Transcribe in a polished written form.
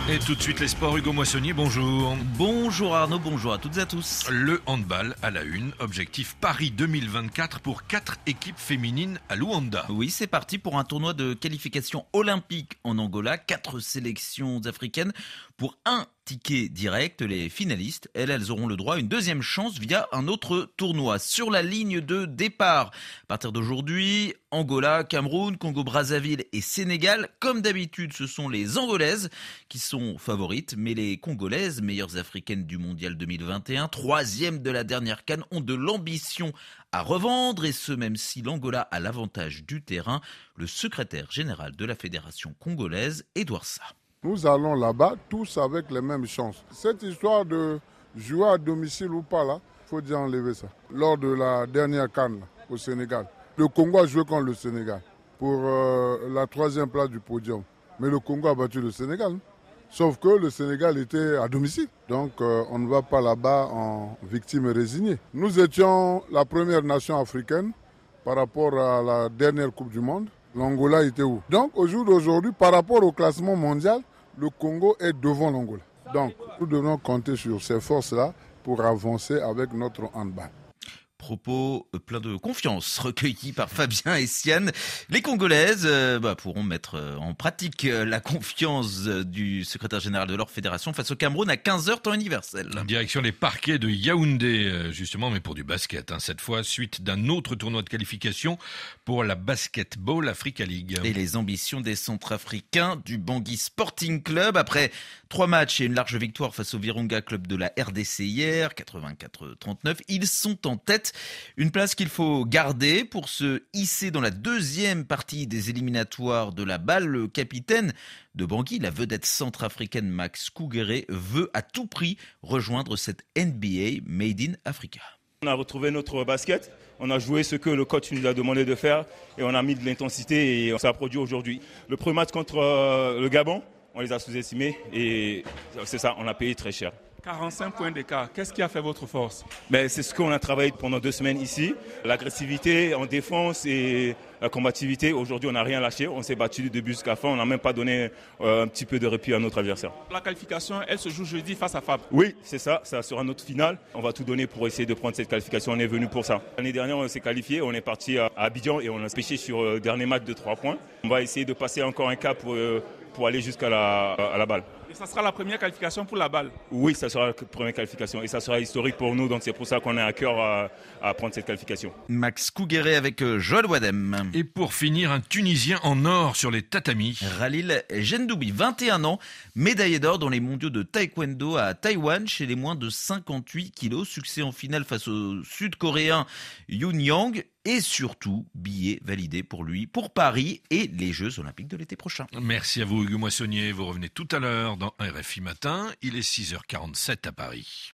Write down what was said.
Et tout de suite les sports, Hugo Moissonnier, bonjour. Bonjour Arnaud, bonjour à toutes et à tous. Le handball à la une, objectif Paris 2024 pour 4 équipes féminines à Luanda. Oui, c'est parti pour un tournoi de qualification olympique en Angola. 4 sélections africaines pour un ticket direct. Les finalistes, elles auront le droit à une deuxième chance via un autre tournoi. Sur la ligne de départ, à partir d'aujourd'hui, Angola, Cameroun, Congo-Brazzaville et Sénégal. Comme d'habitude, ce sont les Angolaises qui sont favorites, mais les Congolaises, meilleures africaines du mondial 2021, troisième de la dernière CAN, ont de l'ambition à revendre, et ce même si l'Angola a l'avantage du terrain. Le secrétaire général de la fédération congolaise, Edouard Sa. Nous allons là-bas tous avec les mêmes chances. Cette histoire de jouer à domicile ou pas, là, il faut déjà enlever ça. Lors de la dernière CAN au Sénégal, le Congo a joué contre le Sénégal pour la 3e place du podium. Mais le Congo a battu le Sénégal. Sauf que le Sénégal était à domicile. Donc on ne va pas là-bas en victime résignée. Nous étions la première nation africaine par rapport à la dernière Coupe du Monde. L'Angola était où? Donc au jour d'aujourd'hui, par rapport au classement mondial, le Congo est devant l'Angola. Donc nous devons compter sur ces forces-là pour avancer avec notre handball. Propos plein de confiance recueillis par Fabien et Siane. Les Congolaises pourront mettre en pratique la confiance du secrétaire général de leur fédération face au Cameroun à 15h temps universel. Direction les parquets de Yaoundé, justement, mais pour du basket. Cette fois, suite d'un autre tournoi de qualification pour la Basketball Africa League. Et les ambitions des Centrafricains du Bangui Sporting Club. Après 3 matchs et une large victoire face au Virunga Club de la RDC hier, 84-39, ils sont en tête. Une place qu'il faut garder pour se hisser dans la deuxième partie des éliminatoires de la balle. Le capitaine de Bangui, la vedette centrafricaine Max Kougere, veut à tout prix rejoindre cette NBA Made in Africa. On a retrouvé notre basket, on a joué ce que le coach nous a demandé de faire et on a mis de l'intensité et ça a produit aujourd'hui. Le premier match contre le Gabon, on les a sous-estimés et c'est ça, on a payé très cher. 45 points d'écart, qu'est-ce qui a fait votre force? C'est ce qu'on a travaillé pendant 2 semaines ici. L'agressivité en défense et la combativité. Aujourd'hui, on n'a rien lâché. On s'est battu du début jusqu'à la fin. On n'a même pas donné un petit peu de répit à notre adversaire. La qualification, elle se joue jeudi face à Fab. Oui, c'est ça. Ça sera notre finale. On va tout donner pour essayer de prendre cette qualification. On est venu pour ça. L'année dernière, on s'est qualifié. On est parti à Abidjan et on a pêché sur le dernier match de 3 points. On va essayer de passer encore un cap pour aller jusqu'à la balle. Et ça sera la première qualification pour la balle? Oui, ça sera la première qualification et ça sera historique pour nous, donc c'est pour ça qu'on est à cœur à prendre cette qualification. Max Kougere avec Joël Wadem. Et pour finir, un Tunisien en or sur les tatamis. Khalil Gendoubi, 21 ans, médaillé d'or dans les mondiaux de taekwondo à Taïwan chez les moins de 58 kilos. Succès en finale face au Sud-Coréen Yoon Yang. Et surtout, billet validé pour lui, pour Paris et les Jeux Olympiques de l'été prochain. Merci à vous, Hugo Moissonnier. Vous revenez tout à l'heure dans RFI Matin. Il est 6h47 à Paris.